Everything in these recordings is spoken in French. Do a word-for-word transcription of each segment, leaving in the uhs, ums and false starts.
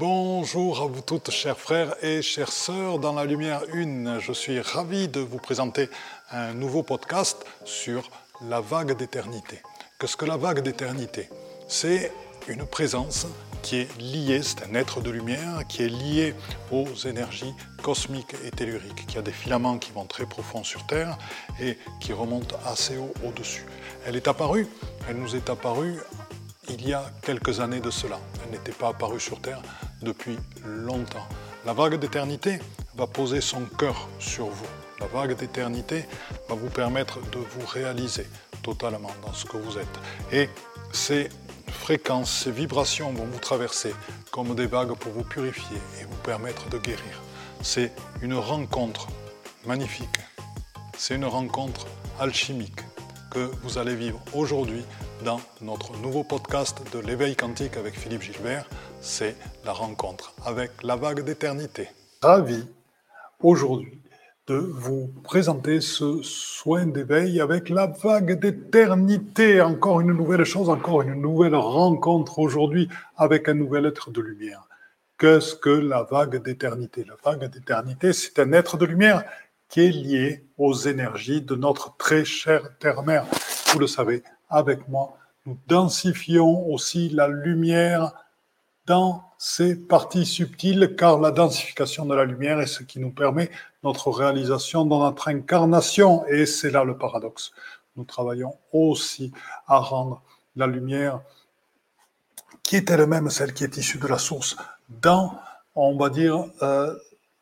Bonjour à vous toutes, chers frères et chères sœurs dans la lumière une. Je suis ravi de vous présenter un nouveau podcast sur la vague d'éternité. Qu'est-ce que la vague d'éternité? C'est une présence qui est liée, c'est un être de lumière qui est lié aux énergies cosmiques et telluriques, qui a des filaments qui vont très profond sur Terre et qui remontent assez haut au-dessus. Elle est apparue, elle nous est apparue il y a quelques années de cela. Elle n'était pas apparue sur Terre depuis longtemps. La vague d'éternité va poser son cœur sur vous. La vague d'éternité va vous permettre de vous réaliser totalement dans ce que vous êtes. Et ces fréquences, ces vibrations vont vous traverser comme des vagues pour vous purifier et vous permettre de guérir. C'est une rencontre magnifique. C'est une rencontre alchimique que vous allez vivre aujourd'hui dans notre nouveau podcast de l'éveil quantique avec Philippe Gilbert. C'est la rencontre avec la vague d'éternité. Ravi aujourd'hui de vous présenter ce soin d'éveil avec la vague d'éternité. Encore une nouvelle chose, encore une nouvelle rencontre aujourd'hui avec un nouvel être de lumière. Qu'est-ce que la vague d'éternité? La vague d'éternité, c'est un être de lumière qui est lié aux énergies de notre très chère Terre-Mère. Vous le savez, avec moi, nous densifions aussi la lumière dans ses parties subtiles, car la densification de la lumière est ce qui nous permet notre réalisation dans notre incarnation. Et c'est là le paradoxe. Nous travaillons aussi à rendre la lumière, qui est elle-même celle qui est issue de la source, dans, on va dire, euh,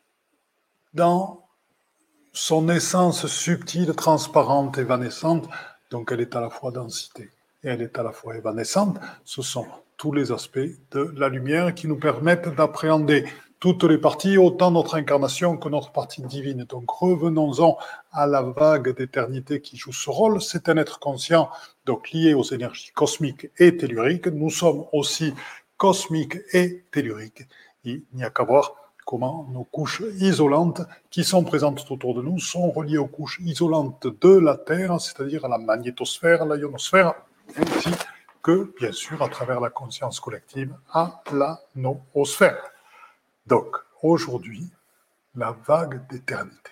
dans son essence subtile, transparente, évanescente. Donc elle est à la fois densité et elle est à la fois évanescente. Ce sont tous les aspects de la lumière qui nous permettent d'appréhender toutes les parties, autant notre incarnation que notre partie divine. Donc revenons-en à la vague d'éternité qui joue ce rôle. C'est un être conscient, donc lié aux énergies cosmiques et telluriques. Nous sommes aussi cosmiques et telluriques. Il n'y a qu'à voir comment nos couches isolantes qui sont présentes autour de nous sont reliées aux couches isolantes de la Terre, c'est-à-dire à la magnétosphère, la ionosphère, ainsi que, bien sûr, à travers la conscience collective, à la noosphère. Donc, aujourd'hui, la vague d'éternité.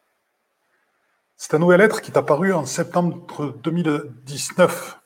C'est un nouvel être qui est apparu en septembre deux mille dix-neuf.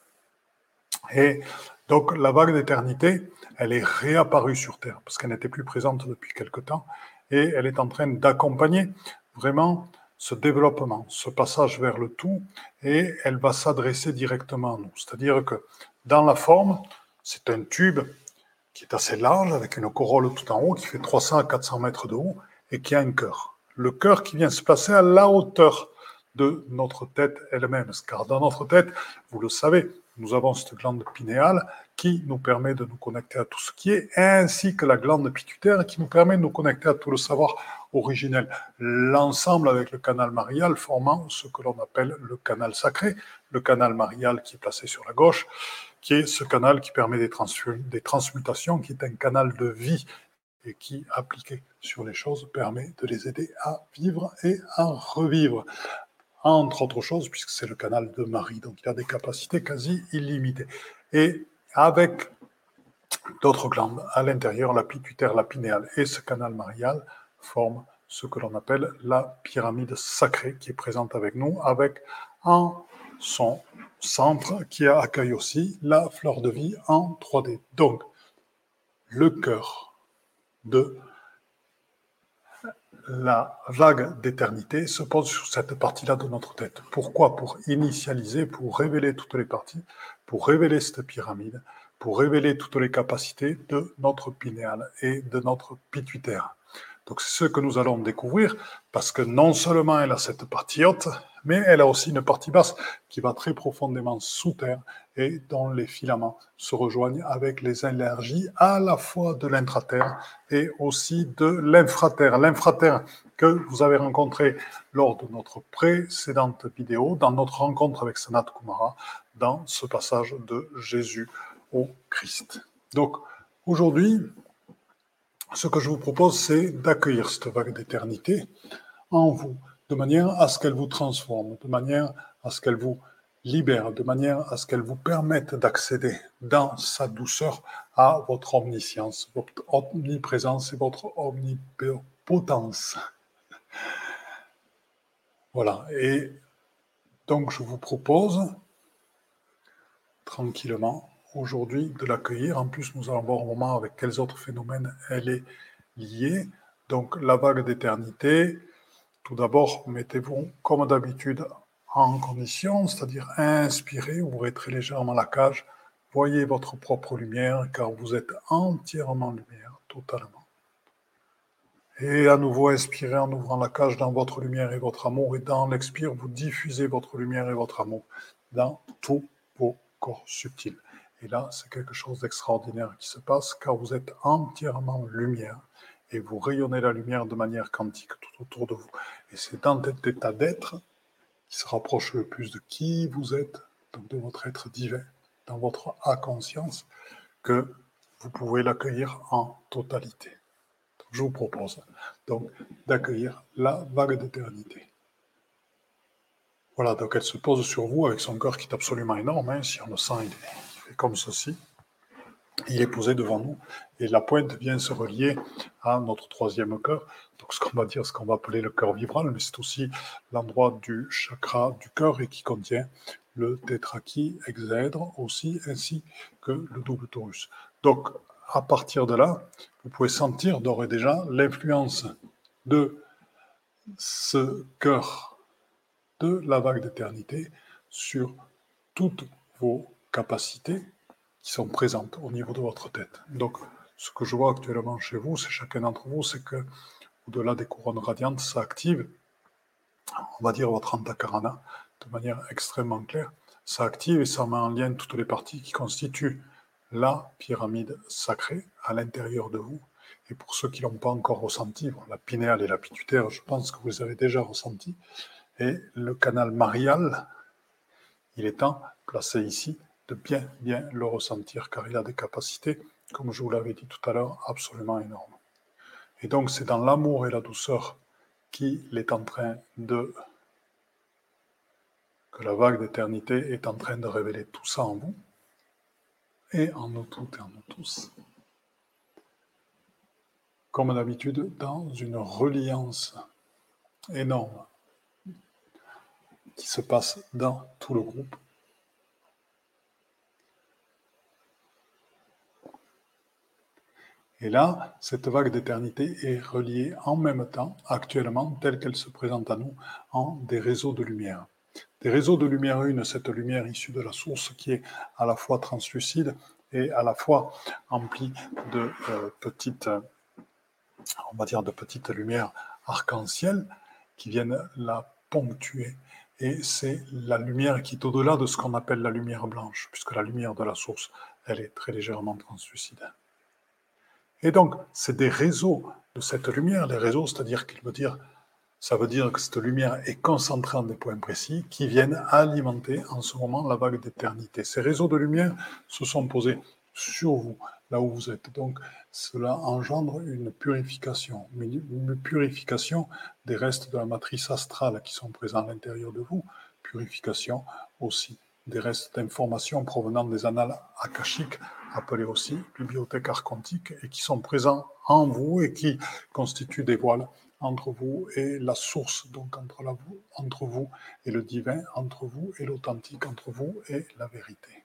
Et donc, la vague d'éternité, elle est réapparue sur Terre, parce qu'elle n'était plus présente depuis quelque temps, et elle est en train d'accompagner vraiment ce développement, ce passage vers le tout, et elle va s'adresser directement à nous. C'est-à-dire que dans la forme, c'est un tube qui est assez large, avec une corolle tout en haut, qui fait trois cents à quatre cents mètres de haut, et qui a un cœur. Le cœur qui vient se placer à la hauteur de notre tête elle-même, car dans notre tête, vous le savez, nous avons cette glande pinéale qui nous permet de nous connecter à tout ce qui est, ainsi que la glande pituitaire qui nous permet de nous connecter à tout le savoir originel. L'ensemble avec le canal marial formant ce que l'on appelle le canal sacré, le canal marial qui est placé sur la gauche, qui est ce canal qui permet des, trans- des transmutations, qui est un canal de vie et qui, appliqué sur les choses, permet de les aider à vivre et à revivre. Entre autres choses, puisque c'est le canal de Marie, donc il a des capacités quasi illimitées. Et avec d'autres glandes à l'intérieur, la pituitaire, la pinéale et ce canal marial forment ce que l'on appelle la pyramide sacrée qui est présente avec nous, avec en son centre qui accueille aussi la fleur de vie en trois D. Donc, le cœur de la vague d'éternité se pose sur cette partie-là de notre tête. Pourquoi? Pour initialiser, pour révéler toutes les parties, pour révéler cette pyramide, pour révéler toutes les capacités de notre pinéal et de notre pituitaire. Donc c'est ce que nous allons découvrir, parce que non seulement elle a cette partie haute, mais elle a aussi une partie basse qui va très profondément sous terre et dont les filaments se rejoignent avec les énergies à la fois de l'intraterre et aussi de l'infraterre. L'infraterre que vous avez rencontré lors de notre précédente vidéo, dans notre rencontre avec Sanat Kumara, dans ce passage de Jésus au Christ. Donc aujourd'hui, ce que je vous propose, c'est d'accueillir cette vague d'éternité en vous, de manière à ce qu'elle vous transforme, de manière à ce qu'elle vous libère, de manière à ce qu'elle vous permette d'accéder dans sa douceur à votre omniscience, votre omniprésence et votre omnipotence. Voilà, et donc je vous propose tranquillement aujourd'hui de l'accueillir. En plus, nous allons voir au moment avec quels autres phénomènes elle est liée. Donc la vague d'éternité, tout d'abord, mettez-vous comme d'habitude en condition, c'est-à-dire inspirez, ouvrez très légèrement la cage, voyez votre propre lumière, car vous êtes entièrement lumière, totalement. Et à nouveau, inspirez en ouvrant la cage dans votre lumière et votre amour, et dans l'expire, vous diffusez votre lumière et votre amour dans tous vos corps subtils. Et là, c'est quelque chose d'extraordinaire qui se passe, car vous êtes entièrement lumière, et vous rayonnez la lumière de manière quantique tout autour de vous. Et c'est dans cet état d'être qui se rapproche le plus de qui vous êtes, donc de votre être divin, dans votre A-conscience, que vous pouvez l'accueillir en totalité. Donc, je vous propose donc d'accueillir la vague d'éternité. Voilà, donc elle se pose sur vous avec son cœur qui est absolument énorme. Hein. Si on le sent, il, est, il fait comme ceci. Il est posé devant nous et la pointe vient se relier à notre troisième cœur. Donc ce qu'on va dire, ce qu'on va appeler le cœur vibral, mais c'est aussi l'endroit du chakra du cœur et qui contient le tétrachie, hexaèdre aussi, ainsi que le double torus. Donc à partir de là, vous pouvez sentir d'ores et déjà l'influence de ce cœur de la vague d'éternité sur toutes vos capacités qui sont présentes au niveau de votre tête. Donc, ce que je vois actuellement chez vous, c'est chacun d'entre vous, c'est que, au-delà des couronnes radiantes, ça active, on va dire, votre antakarana de manière extrêmement claire. Ça active et ça met en lien toutes les parties qui constituent la pyramide sacrée à l'intérieur de vous. Et pour ceux qui ne l'ont pas encore ressenti, bon, la pinéale et la pituitaire, je pense que vous les avez déjà ressentis. Et le canal marial, il est temps, placé ici, de bien, bien le ressentir, car il a des capacités, comme je vous l'avais dit tout à l'heure, absolument énormes. Et donc, c'est dans l'amour et la douceur qu'il est en train de... que la vague d'éternité est en train de révéler tout ça en vous, et en nous toutes et en nous tous. Comme d'habitude, dans une reliance énorme qui se passe dans tout le groupe. Et là, cette vague d'éternité est reliée en même temps, actuellement, telle qu'elle se présente à nous, en des réseaux de lumière. Des réseaux de lumière une, cette lumière issue de la source qui est à la fois translucide et à la fois emplie de euh, petites, on va dire de petites lumières arc-en-ciel qui viennent la ponctuer. Et c'est la lumière qui est au-delà de ce qu'on appelle la lumière blanche, puisque la lumière de la source, elle est très légèrement translucide. Et donc, c'est des réseaux de cette lumière, les réseaux, c'est-à-dire qu'il veut dire, ça veut dire que cette lumière est concentrée en des points précis qui viennent alimenter en ce moment la vague d'éternité. Ces réseaux de lumière se sont posés sur vous, là où vous êtes. Donc, cela engendre une purification, une purification des restes de la matrice astrale qui sont présents à l'intérieur de vous, purification aussi des restes d'informations provenant des annales akashiques, appelées aussi bibliothèques archontiques, et qui sont présents en vous et qui constituent des voiles entre vous et la source, donc entre, la, entre vous et le divin, entre vous et l'authentique, entre vous et la vérité.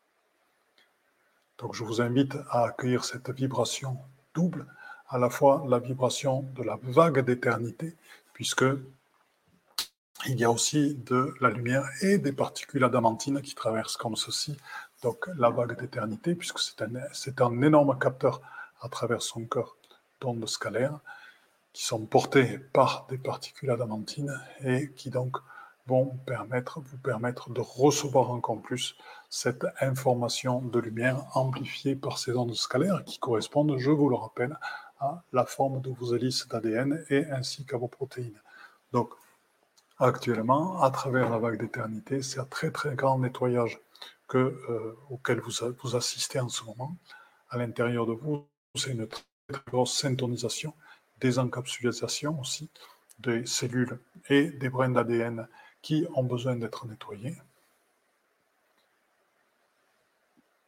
Donc je vous invite à accueillir cette vibration double, à la fois la vibration de la vague d'éternité, puisque il y a aussi de la lumière et des particules adamantines qui traversent comme ceci, donc la vague d'éternité, puisque c'est un, c'est un énorme capteur à travers son cœur d'ondes scalaires, qui sont portées par des particules adamantines et qui donc vont permettre, vous permettre de recevoir encore plus cette information de lumière amplifiée par ces ondes scalaires qui correspondent, je vous le rappelle, à la forme de vos hélices d'A D N et ainsi qu'à vos protéines. Donc, actuellement, à travers la vague d'éternité, c'est un très très grand nettoyage que, euh, auquel vous, vous assistez en ce moment. À l'intérieur de vous, c'est une très, très grosse syntonisation, désencapsulation aussi des cellules et des brins d'A D N qui ont besoin d'être nettoyés.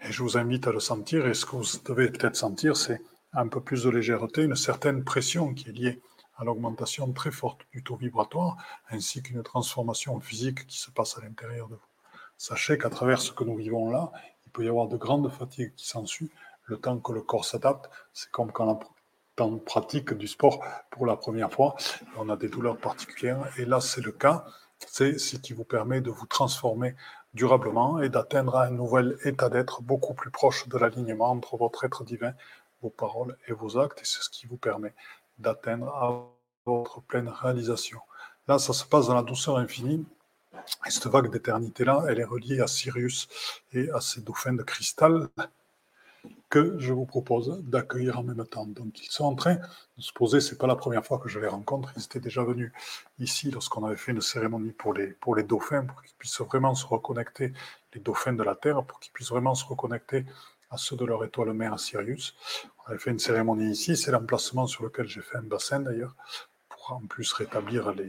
Et je vous invite à le sentir, et ce que vous devez peut-être sentir, c'est un peu plus de légèreté, une certaine pression qui est liée à l'augmentation très forte du taux vibratoire, ainsi qu'une transformation physique qui se passe à l'intérieur de vous. Sachez qu'à travers ce que nous vivons là, il peut y avoir de grandes fatigues qui s'ensuivent, le temps que le corps s'adapte. C'est comme quand on pratique du sport pour la première fois, on a des douleurs particulières, et là c'est le cas. C'est ce qui vous permet de vous transformer durablement et d'atteindre un nouvel état d'être beaucoup plus proche de l'alignement entre votre être divin, vos paroles et vos actes, et c'est ce qui vous permet d'atteindre à votre pleine réalisation. Là, ça se passe dans la douceur infinie, et cette vague d'éternité-là, elle est reliée à Sirius et à ces dauphins de cristal que je vous propose d'accueillir en même temps. Donc ils sont en train de se poser, c'est pas la première fois que je les rencontre, ils étaient déjà venus ici lorsqu'on avait fait une cérémonie pour les, pour les dauphins, pour qu'ils puissent vraiment se reconnecter, les dauphins de la Terre, pour qu'ils puissent vraiment se reconnecter à ceux de leur étoile mère, à Sirius. On avait fait une cérémonie ici, c'est l'emplacement sur lequel j'ai fait un bassin d'ailleurs, pour en plus rétablir les...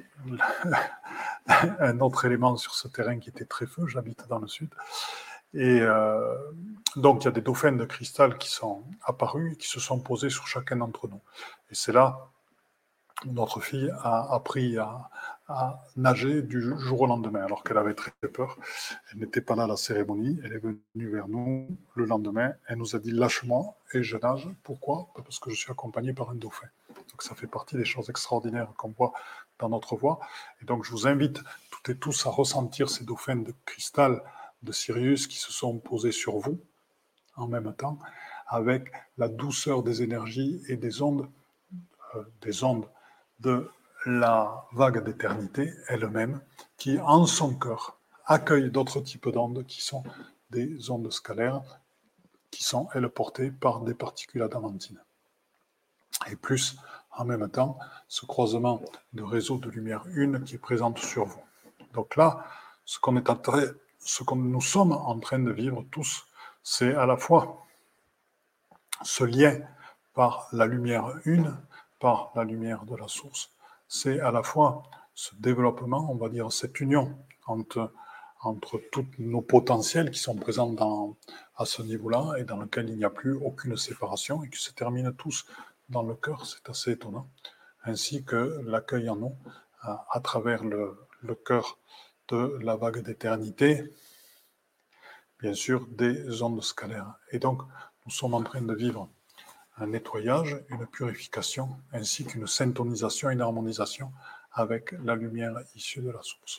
un autre élément sur ce terrain qui était très feu, j'habite dans le sud. Et euh, donc, il y a des dauphins de cristal qui sont apparus et qui se sont posés sur chacun d'entre nous. Et c'est là où notre fille a appris à, à nager du jour au lendemain, alors qu'elle avait très peur. Elle n'était pas là à la cérémonie. Elle est venue vers nous le lendemain. Elle nous a dit « lâche-moi » et je nage. Pourquoi ? Parce que je suis accompagné par un dauphin. Donc, ça fait partie des choses extraordinaires qu'on voit dans notre voie. Et donc, je vous invite toutes et tous à ressentir ces dauphins de cristal de Sirius qui se sont posés sur vous en même temps, avec la douceur des énergies et des ondes, euh, des ondes de la vague d'éternité elle-même, qui en son cœur accueille d'autres types d'ondes qui sont des ondes scalaires, qui sont, elles, portées par des particules adamantines. Et plus, en même temps, ce croisement de réseaux de lumière une qui est présente sur vous. Donc là, ce qu'on est en train ce que nous sommes en train de vivre tous, c'est à la fois ce lien par la lumière une, par la lumière de la source, c'est à la fois ce développement, on va dire cette union entre, entre tous nos potentiels qui sont présents dans, à ce niveau-là et dans lequel il n'y a plus aucune séparation et qui se terminent tous dans le cœur, c'est assez étonnant, ainsi que l'accueil en nous à, à travers le, le cœur de la vague d'éternité, bien sûr, des ondes scalaires. Et donc, nous sommes en train de vivre un nettoyage, une purification, ainsi qu'une syntonisation, une harmonisation avec la lumière issue de la source.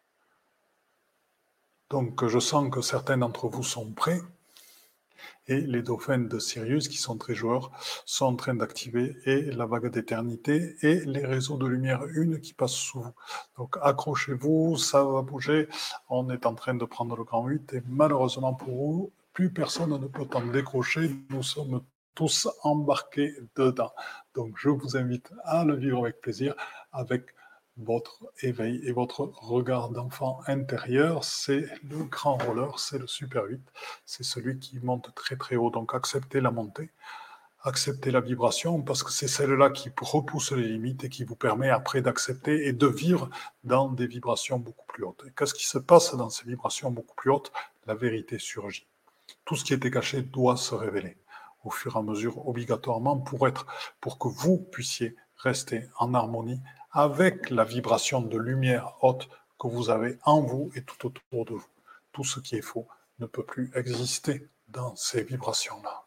Donc, je sens que certains d'entre vous sont prêts, et les dauphins de Sirius, qui sont très joueurs, sont en train d'activer et la vague d'éternité et les réseaux de lumière une qui passent sous vous. Donc accrochez-vous, ça va bouger. On est en train de prendre le grand huit et malheureusement pour vous, plus personne ne peut en décrocher. Nous sommes tous embarqués dedans. Donc je vous invite à le vivre avec plaisir, avec votre éveil et votre regard d'enfant intérieur. C'est le grand roller, c'est le Super huit, c'est celui qui monte très très haut. Donc acceptez la montée, acceptez la vibration, parce que c'est celle-là qui repousse les limites et qui vous permet après d'accepter et de vivre dans des vibrations beaucoup plus hautes. Et qu'est-ce qui se passe dans ces vibrations beaucoup plus hautes ? La vérité surgit. Tout ce qui était caché doit se révéler au fur et à mesure, obligatoirement, pour être, pour que vous puissiez rester en harmonie avec la vibration de lumière haute que vous avez en vous et tout autour de vous. Tout ce qui est faux ne peut plus exister dans ces vibrations-là.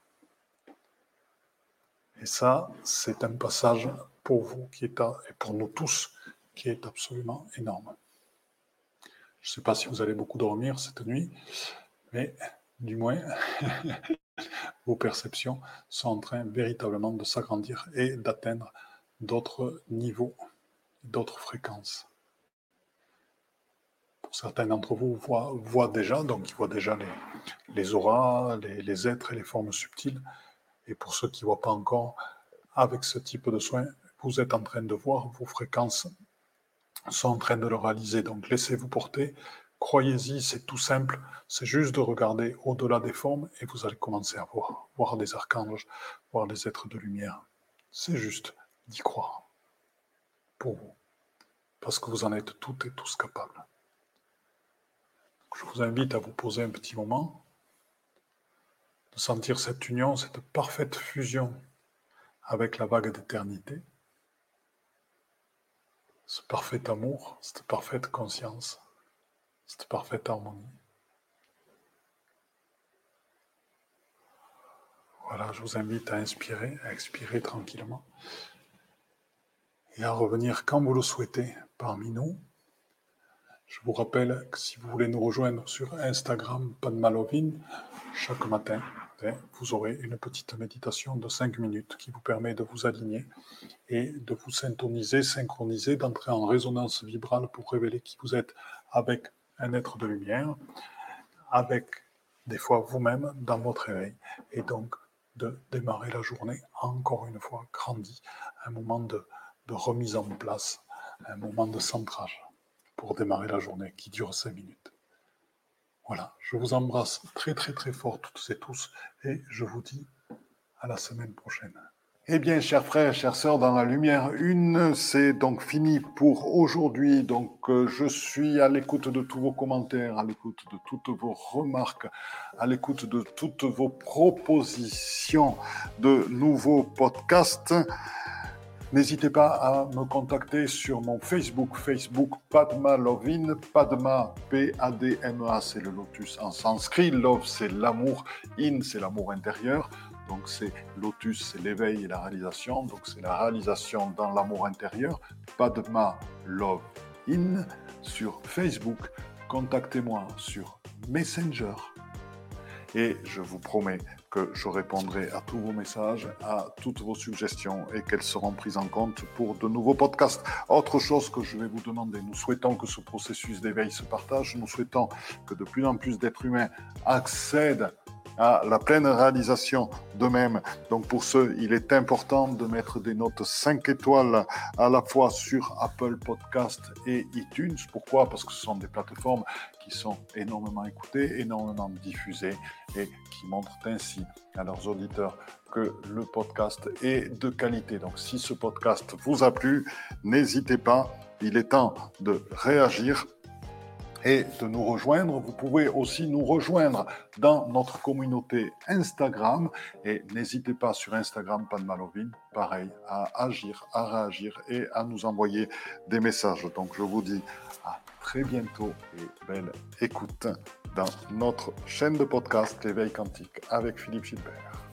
Et ça, c'est un passage pour vous qui est à, et pour nous tous qui est absolument énorme. Je ne sais pas si vous allez beaucoup dormir cette nuit, mais du moins, vos perceptions sont en train véritablement de s'agrandir et d'atteindre d'autres niveaux, d'autres fréquences. Pour certains d'entre vous, voient, voient déjà, donc ils voient déjà les, les auras, les, les êtres et les formes subtiles. Et pour ceux qui ne voient pas encore, avec ce type de soins, vous êtes en train de voir, vos fréquences sont en train de le réaliser. Donc laissez-vous porter, croyez-y, c'est tout simple, c'est juste de regarder au-delà des formes et vous allez commencer à voir, voir des archanges, voir des êtres de lumière. C'est juste d'y croire, pour vous, parce que vous en êtes toutes et tous capables. Je vous invite à vous poser un petit moment sentir cette union, cette parfaite fusion avec la vague d'éternité, ce parfait amour, cette parfaite conscience, cette parfaite harmonie. Voilà, je vous invite à inspirer, à expirer tranquillement et à revenir quand vous le souhaitez parmi nous. Je vous rappelle que si vous voulez nous rejoindre sur Instagram, Padma Lovin, chaque matin, vous aurez une petite méditation de cinq minutes qui vous permet de vous aligner et de vous syntoniser, synchroniser, d'entrer en résonance vibrale pour révéler qui vous êtes avec un être de lumière, avec des fois vous-même dans votre réveil, et donc de démarrer la journée encore une fois grandi, un moment de, de remise en place, un moment de centrage pour démarrer la journée qui dure cinq minutes. Voilà, je vous embrasse très très très fort toutes et tous et je vous dis à la semaine prochaine. Eh bien, chers frères, chères sœurs, dans la lumière une, c'est donc fini pour aujourd'hui. Donc, euh, je suis à l'écoute de tous vos commentaires, à l'écoute de toutes vos remarques, à l'écoute de toutes vos propositions de nouveaux podcasts. N'hésitez pas à me contacter sur mon Facebook, Facebook Padma Lovin, Padma, P A D M E A, c'est le lotus en sanskrit, Love c'est l'amour, In c'est l'amour intérieur, donc c'est lotus, c'est l'éveil et la réalisation, donc c'est la réalisation dans l'amour intérieur, Padma Love In sur Facebook, contactez-moi sur Messenger et je vous promets que je répondrai à tous vos messages, à toutes vos suggestions et qu'elles seront prises en compte pour de nouveaux podcasts. Autre chose que je vais vous demander, nous souhaitons que ce processus d'éveil se partage, nous souhaitons que de plus en plus d'êtres humains accèdent à la pleine réalisation d'eux-mêmes. Donc pour ce, il est important de mettre des notes cinq étoiles à la fois sur Apple Podcast et iTunes. Pourquoi ? Parce que ce sont des plateformes qui sont énormément écoutées, énormément diffusées et qui montrent ainsi à leurs auditeurs que le podcast est de qualité. Donc si ce podcast vous a plu, n'hésitez pas, il est temps de réagir et de nous rejoindre. Vous pouvez aussi nous rejoindre dans notre communauté Instagram et n'hésitez pas sur Instagram Padma Lovin, pareil, à agir, à réagir et à nous envoyer des messages. Donc je vous dis à très bientôt et belle écoute dans notre chaîne de podcast L'éveil quantique avec Philippe Gilbert.